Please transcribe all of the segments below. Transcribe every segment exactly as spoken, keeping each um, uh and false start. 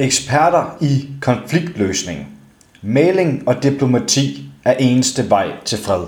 Eksperter i konfliktløsning. Mægling og diplomati er eneste vej til fred.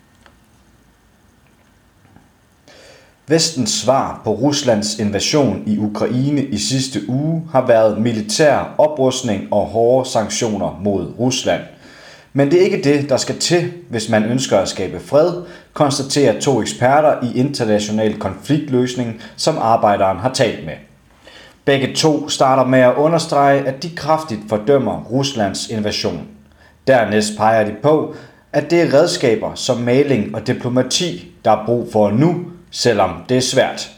Vestens svar på Ruslands invasion i Ukraine i sidste uge har været militær oprustning og hårde sanktioner mod Rusland. Men det er ikke det, der skal til, hvis man ønsker at skabe fred, konstaterer to eksperter i international konfliktløsning, som Arbejderen har talt med. Begge to starter med at understrege, at de kraftigt fordømmer Ruslands invasion. Dernæst peger de på, at det er redskaber som mægling og diplomati, der er brug for nu, selvom det er svært.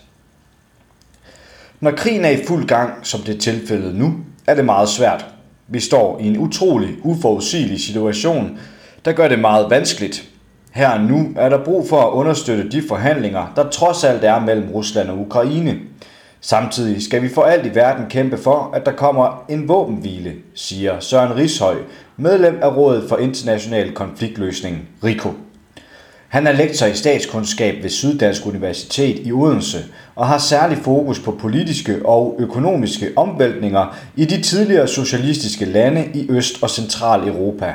Når krigen er i fuld gang, som det er tilfældet nu, er det meget svært. Vi står i en utrolig uforudsigelig situation, der gør det meget vanskeligt. Her og nu er der brug for at understøtte de forhandlinger, der trods alt er mellem Rusland og Ukraine. Samtidig skal vi for alt i verden kæmpe for, at der kommer en våbenhvile, siger Søren Rishøj, medlem af Rådet for International Konfliktløsning, RICO. Han er lektor i statskundskab ved Syddansk Universitet i Odense og har særlig fokus på politiske og økonomiske omvæltninger i de tidligere socialistiske lande i Øst- og Centraleuropa.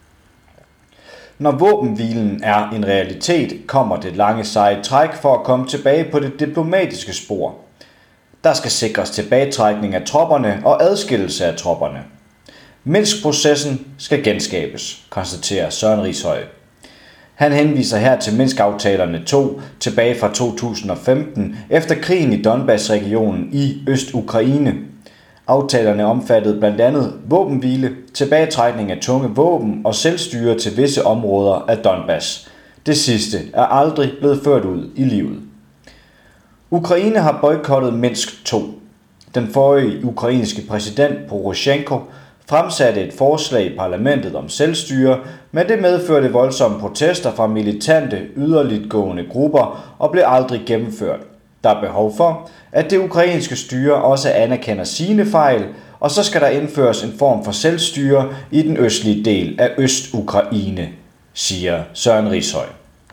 Når våbenhvilen er en realitet, kommer det lange seje træk for at komme tilbage på det diplomatiske spor. Der skal sikres tilbagetrækning af tropperne og adskillelse af tropperne. Minsk-processen skal genskabes, konstaterer Søren Rishøj. Han henviser her til Minsk-aftalerne to tilbage fra to tusind og femten efter krigen i Donbass-regionen i Øst-Ukraine. Aftalerne omfattede blandt andet våbenhvile, tilbagetrækning af tunge våben og selvstyre til visse områder af Donbass. Det sidste er aldrig blevet ført ud i livet. Ukraine har boykottet Minsk to. Den forrige ukrainske præsident Poroshenko fremsatte et forslag i parlamentet om selvstyre, men det medførte voldsomme protester fra militante, yderligtgående grupper og blev aldrig gennemført. Der er behov for, at det ukrainske styre også anerkender sine fejl, og så skal der indføres en form for selvstyre i den østlige del af Øst-Ukraine, siger Søren Rishøj.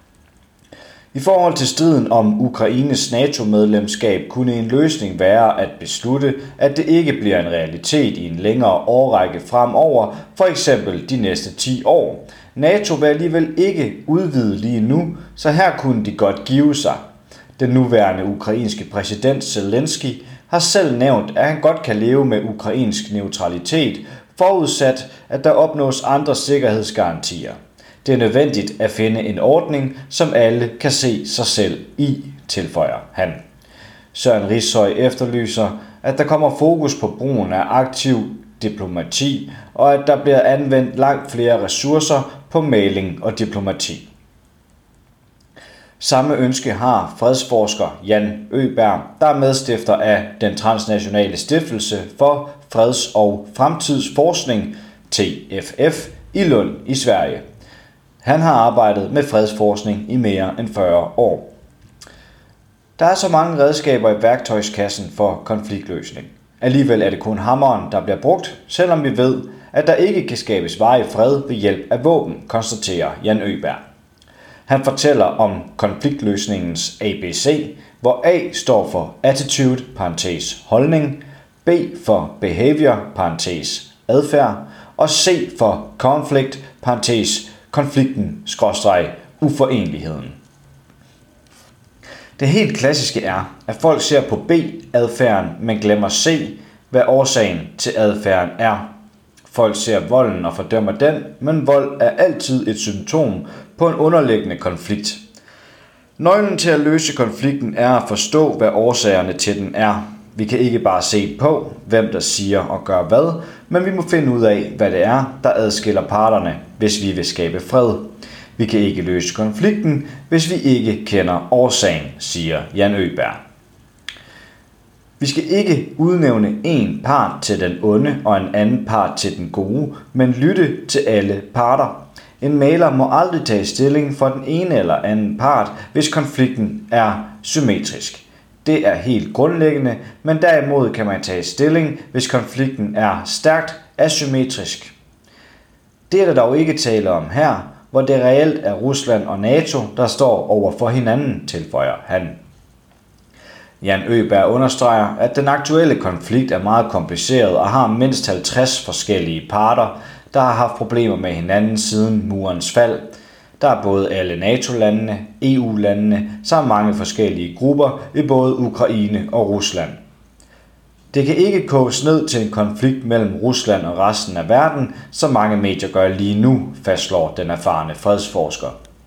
I forhold til striden om Ukraines NATO-medlemskab kunne en løsning være at beslutte, at det ikke bliver en realitet i en længere årrække fremover, for eksempel de næste ti år. NATO vil alligevel ikke udvide lige nu, så her kunne de godt give sig. Den nuværende ukrainske præsident Zelensky har selv nævnt, at han godt kan leve med ukrainsk neutralitet, forudsat at der opnås andre sikkerhedsgarantier. Det er nødvendigt at finde en ordning, som alle kan se sig selv i, tilføjer han. Søren Rishøj efterlyser, at der kommer fokus på brugen af aktiv diplomati, og at der bliver anvendt langt flere ressourcer på mægling og diplomati. Samme ønske har fredsforsker Jan Øberg, der er medstifter af den transnationale stiftelse for freds- og fremtidsforskning, T F F, i Lund i Sverige. Han har arbejdet med fredsforskning i mere end fyrre år. Der er så mange redskaber i værktøjskassen for konfliktløsning. Alligevel er det kun hammeren, der bliver brugt, selvom vi ved, at der ikke kan skabes varig fred ved hjælp af våben, konstaterer Jan Øberg. Han fortæller om konfliktløsningens A B C, hvor A står for attitude, parentes holdning, B for behavior, parentes adfærd, og C for conflict, parentes konflikten, skråstreg, uforenligheden. Det helt klassiske er, at folk ser på B-adfærden, men glemmer C, hvad årsagen til adfærden er. Folk ser volden og fordømmer den, men vold er altid et symptom på en underliggende konflikt. Nøglen til at løse konflikten er at forstå, hvad årsagerne til den er. Vi kan ikke bare se på, hvem der siger og gør hvad, men vi må finde ud af, hvad det er, der adskiller parterne, hvis vi vil skabe fred. Vi kan ikke løse konflikten, hvis vi ikke kender årsagen, siger Jan Øberg. Vi skal ikke udnævne en part til den onde og en anden part til den gode, men lytte til alle parter. En mægler må aldrig tage stilling for den ene eller anden part, hvis konflikten er symmetrisk. Det er helt grundlæggende, men derimod kan man tage stilling, hvis konflikten er stærkt asymmetrisk. Det er der dog ikke tale om her, hvor det reelt er Rusland og NATO, der står over for hinanden, tilføjer han. Jan Øberg understreger, at den aktuelle konflikt er meget kompliceret og har mindst halvtreds forskellige parter, der har haft problemer med hinanden siden murens fald. Der er både alle NATO-landene, E U-landene samt mange forskellige grupper i både Ukraine og Rusland. Det kan ikke koges ned til en konflikt mellem Rusland og resten af verden, som mange medier gør lige nu, fastslår den erfarne fredsforsker.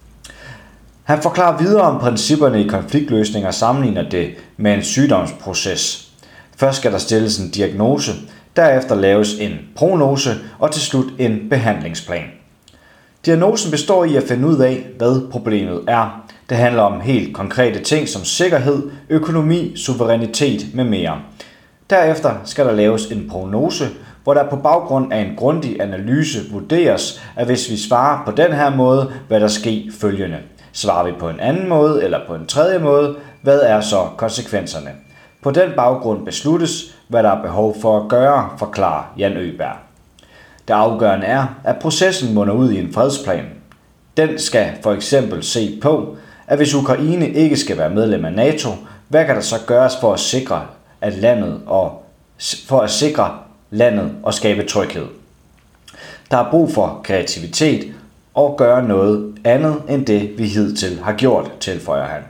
Han forklarer videre om principperne i konfliktløsning og sammenligner det med en sygdomsproces. Først skal der stilles en diagnose, derefter laves en prognose og til slut en behandlingsplan. Diagnosen består i at finde ud af, hvad problemet er. Det handler om helt konkrete ting som sikkerhed, økonomi, suverænitet med mere. Derefter skal der laves en prognose, hvor der på baggrund af en grundig analyse vurderes, at hvis vi svarer på den her måde, hvad der sker følgende. Svarer vi på en anden måde eller på en tredje måde, hvad er så konsekvenserne? På den baggrund besluttes, hvad der er behov for at gøre, forklarer Jan Øberg. Det afgørende er, at processen munder ud i en fredsplan. Den skal for eksempel se på, at hvis Ukraine ikke skal være medlem af NATO, hvad kan der så gøres for at sikre at landet og for at sikre landet og skabe tryghed. Der er brug for kreativitet og gøre noget andet end det, vi hidtil har gjort, tilføjer han.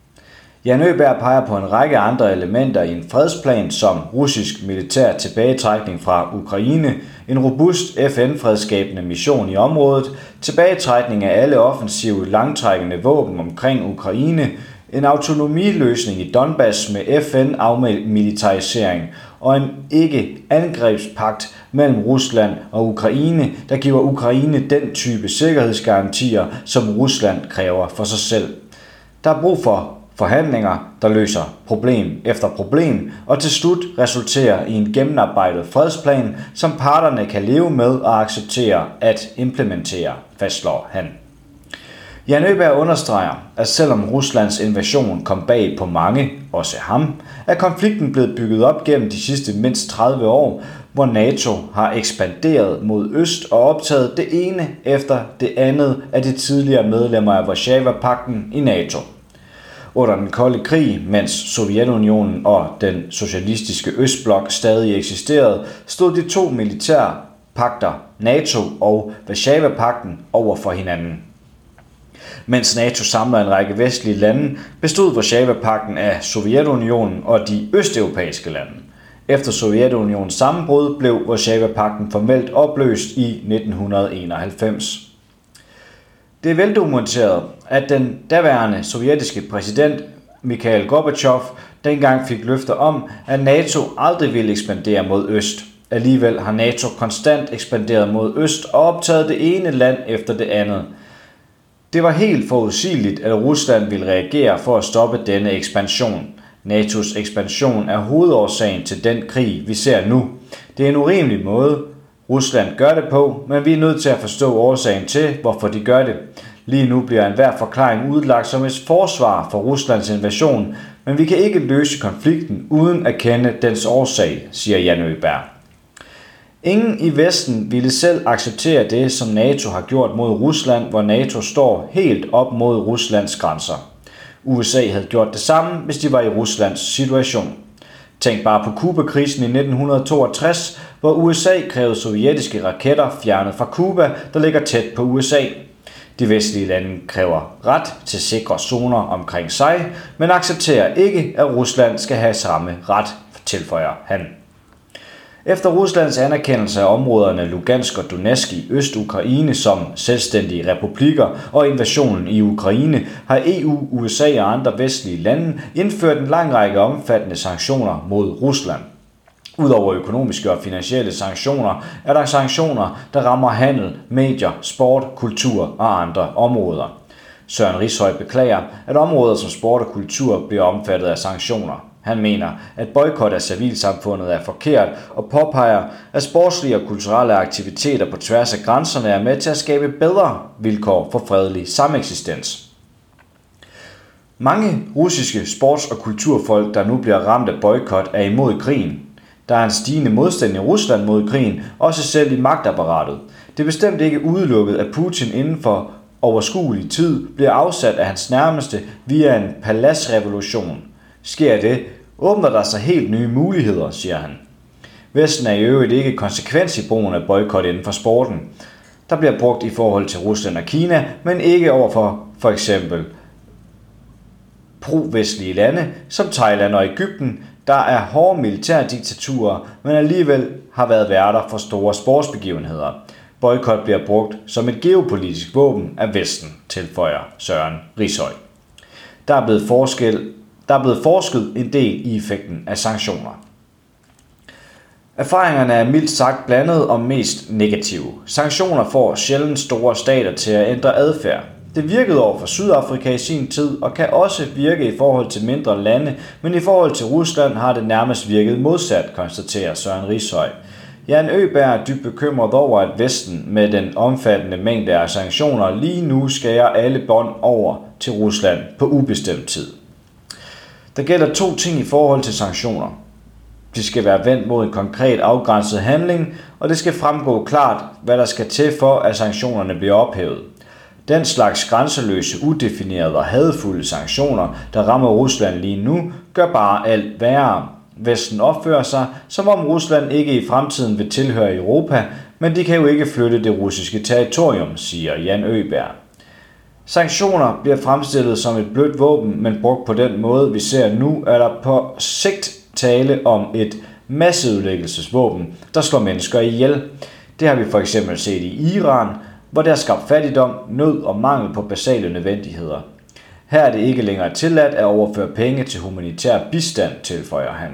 Jan Øberg peger på en række andre elementer i en fredsplan som russisk militær tilbagetrækning fra Ukraine, en robust F N-fredsskabende mission i området, tilbagetrækning af alle offensive langtrækkende våben omkring Ukraine, en autonomiløsning i Donbass med F N-afmilitarisering og en ikke-angrebspagt mellem Rusland og Ukraine, der giver Ukraine den type sikkerhedsgarantier, som Rusland kræver for sig selv. Der er brug for forhandlinger, der løser problem efter problem og til slut resulterer i en gennemarbejdet fredsplan, som parterne kan leve med og acceptere at implementere, fastslår han. Jan Øberg understreger, at selvom Ruslands invasion kom bag på mange, også ham, er konflikten blevet bygget op gennem de sidste mindst tredive år, hvor NATO har ekspanderet mod øst og optaget det ene efter det andet af de tidligere medlemmer af Warszava-pagten i NATO. Under den kolde krig, mens Sovjetunionen og den socialistiske østblok stadig eksisterede, stod de to militærpagter, NATO og Warszava-pagten, over for hinanden. Mens NATO samler en række vestlige lande, bestod Warszava-pagten af Sovjetunionen og de østeuropæiske lande. Efter Sovjetunionens sammenbrud blev Warszava-pagten formelt opløst i nitten enoghalvfems. Det er veldokumenteret, at den daværende sovjetiske præsident Mikhail Gorbachev dengang fik løfter om, at NATO aldrig ville ekspandere mod øst. Alligevel har NATO konstant ekspanderet mod øst og optaget det ene land efter det andet. Det var helt forudsigeligt, at Rusland ville reagere for at stoppe denne ekspansion. N A T O's ekspansion er hovedårsagen til den krig, vi ser nu. Det er en urimelig måde, Rusland gør det på, men vi er nødt til at forstå årsagen til, hvorfor de gør det. Lige nu bliver enhver forklaring udlagt som et forsvar for Ruslands invasion, men vi kan ikke løse konflikten uden at kende dens årsag, siger Jan Øberg. Ingen i Vesten ville selv acceptere det, som NATO har gjort mod Rusland, hvor NATO står helt op mod Ruslands grænser. U S A havde gjort det samme, hvis de var i Ruslands situation. Tænk bare på Cuba-krisen i nitten toogtres, hvor U S A krævede sovjetiske raketter fjernet fra Cuba, der ligger tæt på U S A. De vestlige lande kræver ret til sikre zoner omkring sig, men accepterer ikke, at Rusland skal have samme ret, tilføjer han. Efter Ruslands anerkendelse af områderne Lugansk og Donetsk i Øst-Ukraine som selvstændige republikker og invasionen i Ukraine, har E U, U S A og andre vestlige lande indført en lang række omfattende sanktioner mod Rusland. Udover økonomiske og finansielle sanktioner, er der sanktioner, der rammer handel, medier, sport, kultur og andre områder. Søren Rishøj beklager, at områder som sport og kultur bliver omfattet af sanktioner. Han mener, at boykot af civilsamfundet er forkert og påpeger, at sportslige og kulturelle aktiviteter på tværs af grænserne er med til at skabe bedre vilkår for fredelig sameksistens. Mange russiske sports- og kulturfolk, der nu bliver ramt af boykot, er imod krigen. Der er en stigende modstand i Rusland mod krigen, også selv i magtapparatet. Det er bestemt ikke udelukket, at Putin inden for overskuelig tid bliver afsat af hans nærmeste via en paladsrevolution. Sker det, åbner der sig helt nye muligheder, siger han. Vesten er i øvrigt ikke konsekvens i brugen af boykot inden for sporten. Der bliver brugt i forhold til Rusland og Kina, men ikke overfor for eksempel pro-vestlige lande som Thailand og Egypten, der er hårde militærdiktaturer, men alligevel har været værter for store sportsbegivenheder. Boykot bliver brugt som et geopolitisk våben af Vesten, tilføjer Søren Rishøj. Der er blevet, forskel, der er blevet forsket en del i effekten af sanktioner. Erfaringerne er mildt sagt blandet og mest negative. Sanktioner får sjældent store stater til at ændre adfærd. Det virkede over for Sydafrika i sin tid og kan også virke i forhold til mindre lande, men i forhold til Rusland har det nærmest virket modsat, konstaterer Søren Rishøj. Jan Øberg er dybt bekymret over, at Vesten med den omfattende mængde af sanktioner lige nu skærer alle bånd over til Rusland på ubestemt tid. Der gælder to ting i forhold til sanktioner. De skal være vendt mod en konkret afgrænset handling, og det skal fremgå klart, hvad der skal til for, at sanktionerne bliver ophævet. Den slags grænseløse, udefinerede og hadefulde sanktioner, der rammer Rusland lige nu, gør bare alt værre. Vesten opfører sig, som om Rusland ikke i fremtiden vil tilhøre Europa, men de kan jo ikke flytte det russiske territorium, siger Jan Øberg. Sanktioner bliver fremstillet som et blødt våben, men brugt på den måde, vi ser nu, er der på sigt tale om et masseødelæggelsesvåben, der slår mennesker ihjel. Det har vi for eksempel set i Iran, hvor der er skabt fattigdom, nød og mangel på basale nødvendigheder. Her er det ikke længere tilladt at overføre penge til humanitær bistand, tilføjer han.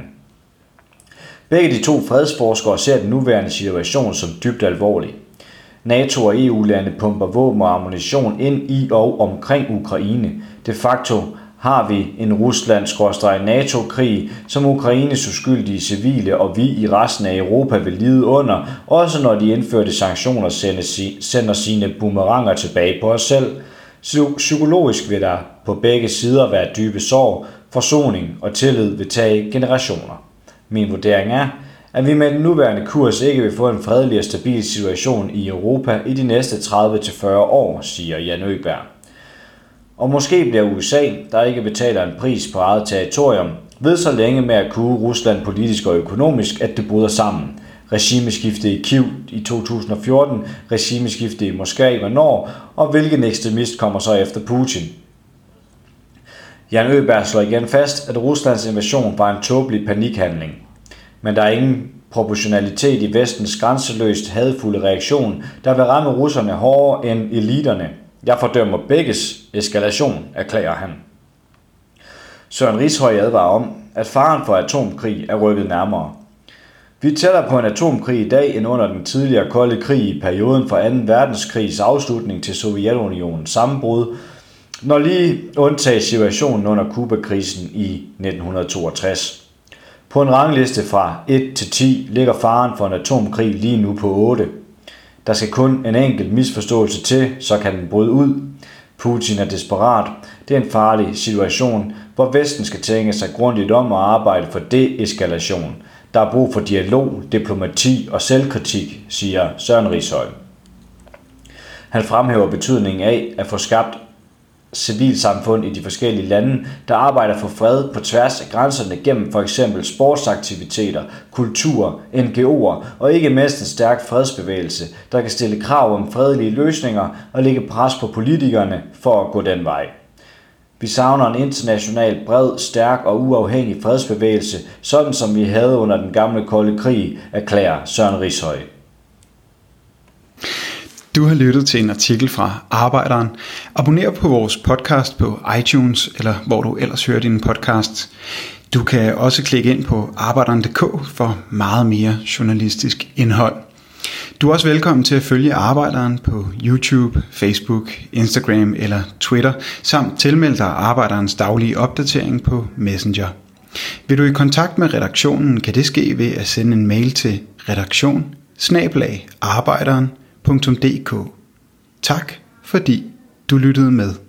Begge de to fredsforskere ser den nuværende situation som dybt alvorlig. NATO og E U-lande pumper våben og ammunition ind i og omkring Ukraine. De facto har vi en Rusland-NATO-krig, som Ukraines uskyldige civile og vi i resten af Europa vil lide under, også når de indførte sanktioner sender sine boomeranger tilbage på os selv. Psykologisk vil der på begge sider være dybe sorg, forsoning og tillid vil tage generationer. Min vurdering er, at vi med den nuværende kurs ikke vil få en fredelig og stabil situation i Europa i de næste tredive til fyrre år, siger Jan Øberg. Og måske bliver U S A, der ikke betaler en pris på eget territorium, ved så længe med at kue Rusland politisk og økonomisk, at det bryder sammen. Regimeskifte i Kyiv i to tusind og fjorten, regimeskifte i Moskva hvornår, og hvilken ekstremist kommer så efter Putin. Jan Øberg slår igen fast, at Ruslands invasion var en tåbelig panikhandling. Men der er ingen proportionalitet i Vestens grænseløst hadfulde reaktion, der vil ramme russerne hårdere end eliterne. Jeg fordømmer begges eskalation, erklærer han. Søren Rishøj advarer om, at faren for atomkrig er rykket nærmere. Vi er tættere på en atomkrig i dag end under den tidligere kolde krig i perioden fra anden verdenskrigs afslutning til Sovjetunionens sammenbrud, når lige undtages situationen under Kuba-krisen i nitten toogtres. På en rangliste fra et til ti ligger faren for en atomkrig lige nu på otte. Der skal kun en enkelt misforståelse til, så kan den bryde ud. Putin er desperat. Det er en farlig situation, hvor Vesten skal tænke sig grundigt om og arbejde for deeskalation. Der er brug for dialog, diplomati og selvkritik, siger Søren Rishøj. Han fremhæver betydningen af at få skabt civilsamfund i de forskellige lande, der arbejder for fred på tværs af grænserne gennem for eksempel sportsaktiviteter, kultur, N G O'er og ikke mindst en stærk fredsbevægelse, der kan stille krav om fredelige løsninger og lægge pres på politikerne for at gå den vej. Vi savner en international, bred, stærk og uafhængig fredsbevægelse, sådan som vi havde under den gamle kolde krig, erklærer Søren Rishøj. Du har lyttet til en artikel fra Arbejderen. Abonner på vores podcast på iTunes, eller hvor du ellers hører dine podcasts. Du kan også klikke ind på arbejderen punktum d k for meget mere journalistisk indhold. Du er også velkommen til at følge Arbejderen på YouTube, Facebook, Instagram eller Twitter, samt tilmelde dig Arbejderens daglige opdatering på Messenger. Vil du i kontakt med redaktionen, kan det ske ved at sende en mail til redaktion bindestreg arbejderen punktum d k. Tak fordi du lyttede med.